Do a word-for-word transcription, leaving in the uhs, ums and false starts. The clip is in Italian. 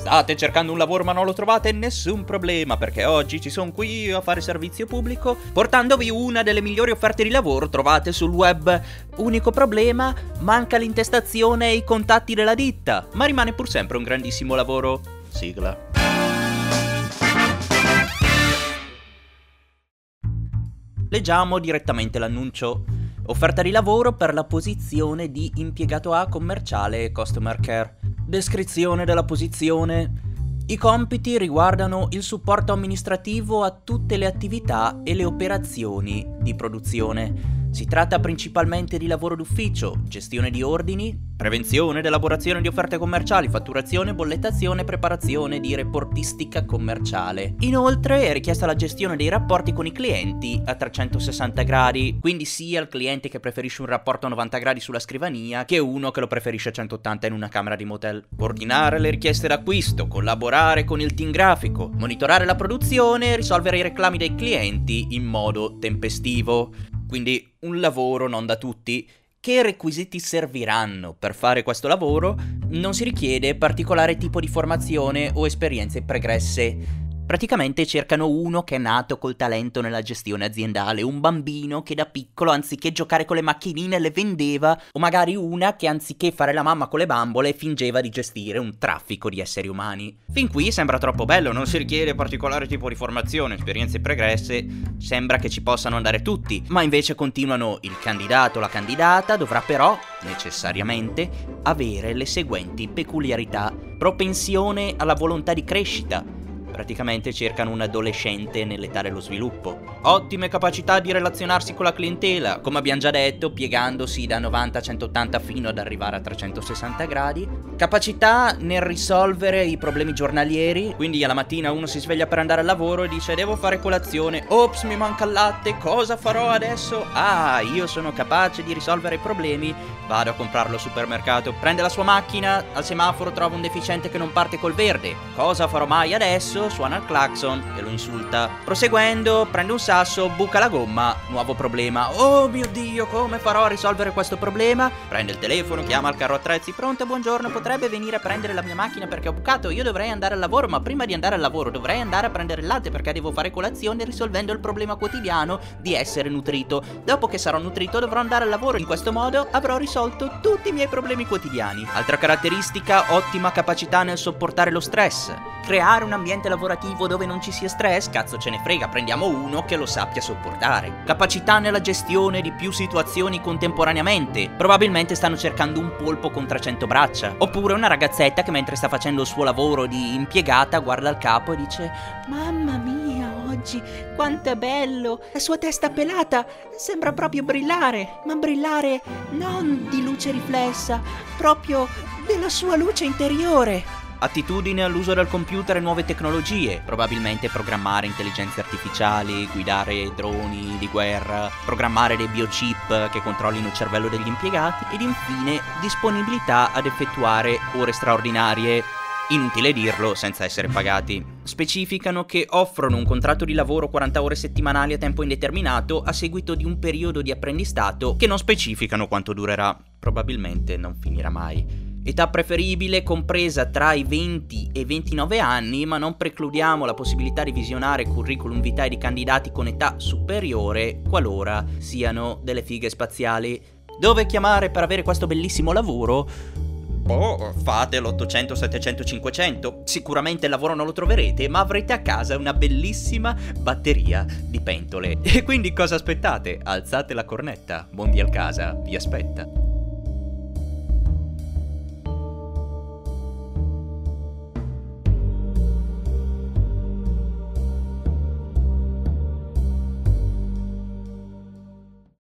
State cercando un lavoro ma non lo trovate? Nessun problema, perché oggi ci sono qui io a fare servizio pubblico portandovi una delle migliori offerte di lavoro trovate sul web. Unico problema, manca l'intestazione e i contatti della ditta, ma rimane pur sempre un grandissimo lavoro. Sigla. Leggiamo direttamente l'annuncio. Offerta di lavoro per la posizione di impiegato A commerciale e customer care. Descrizione della posizione. I compiti riguardano il supporto amministrativo a tutte le attività e le operazioni di produzione. Si tratta principalmente di lavoro d'ufficio, gestione di ordini, prevenzione ed elaborazione di offerte commerciali, fatturazione, bollettazione e preparazione di reportistica commerciale. Inoltre è richiesta la gestione dei rapporti con i clienti a trecentosessanta gradi, quindi sia il cliente che preferisce un rapporto a novanta gradi sulla scrivania che uno che lo preferisce a centottanta in una camera di motel. Coordinare le richieste d'acquisto, collaborare con il team grafico, monitorare la produzione e risolvere i reclami dei clienti in modo tempestivo. Quindi un lavoro non da tutti. Che requisiti serviranno per fare questo lavoro? Non si richiede particolare tipo di formazione o esperienze pregresse. Praticamente cercano uno che è nato col talento nella gestione aziendale, un bambino che da piccolo anziché giocare con le macchinine le vendeva, o magari una che anziché fare la mamma con le bambole fingeva di gestire un traffico di esseri umani. Fin qui sembra troppo bello, non si richiede particolare tipo di formazione, esperienze pregresse, sembra che ci possano andare tutti, ma invece continuano: il candidato o la candidata dovrà però, necessariamente, avere le seguenti peculiarità: propensione alla volontà di crescita. Praticamente cercano un adolescente nell'età dello sviluppo. Ottime capacità di relazionarsi con la clientela, come abbiamo già detto, piegandosi da novanta a centottanta fino ad arrivare a trecentosessanta gradi. Capacità nel risolvere i problemi giornalieri, quindi alla mattina uno si sveglia per andare al lavoro e dice: devo fare colazione, ops mi manca il latte, cosa farò adesso? Ah, io sono capace di risolvere i problemi, vado a comprarlo al supermercato. Prende la sua macchina, al semaforo trova un deficiente che non parte col verde, cosa farò mai adesso? Suona il clacson e lo insulta. Proseguendo, prende un sasso, buca la gomma, nuovo problema. Oh mio Dio, come farò a risolvere questo problema? Prende il telefono, chiama al carro attrezzi: pronto, buongiorno, potrebbe venire a prendere la mia macchina perché ho bucato? Io dovrei andare al lavoro, ma prima di andare al lavoro dovrei andare a prendere il latte perché devo fare colazione, risolvendo il problema quotidiano di essere nutrito. Dopo che sarò nutrito dovrò andare al lavoro, in questo modo avrò risolto tutti i miei problemi quotidiani. Altra caratteristica: ottima capacità nel sopportare lo stress. Creare un ambiente lavorativo dove non ci sia stress? Cazzo ce ne frega, prendiamo uno che lo sappia sopportare. Capacità nella gestione di più situazioni contemporaneamente. Probabilmente stanno cercando un polpo con trecento braccia. Oppure una ragazzetta che mentre sta facendo il suo lavoro di impiegata guarda il capo e dice: mamma mia, oggi quanto è bello, la sua testa pelata sembra proprio brillare, ma brillare non di luce riflessa, proprio della sua luce interiore. Attitudine all'uso del computer e nuove tecnologie, probabilmente programmare intelligenze artificiali, guidare droni di guerra, programmare dei biochip che controllino il cervello degli impiegati, ed infine disponibilità ad effettuare ore straordinarie. Inutile dirlo senza essere pagati. Specificano che offrono un contratto di lavoro quaranta ore settimanali a tempo indeterminato a seguito di un periodo di apprendistato che non specificano quanto durerà. Probabilmente non finirà mai. Età preferibile compresa tra i venti e i ventinove anni, ma non precludiamo la possibilità di visionare curriculum vitae di candidati con età superiore qualora siano delle fighe spaziali. Dove chiamare per avere questo bellissimo lavoro? Boh, fate l'ottocento settecento cinquecento. Sicuramente il lavoro non lo troverete, ma avrete a casa una bellissima batteria di pentole. E quindi cosa aspettate? Alzate la cornetta, Mondi al Casa vi aspetta.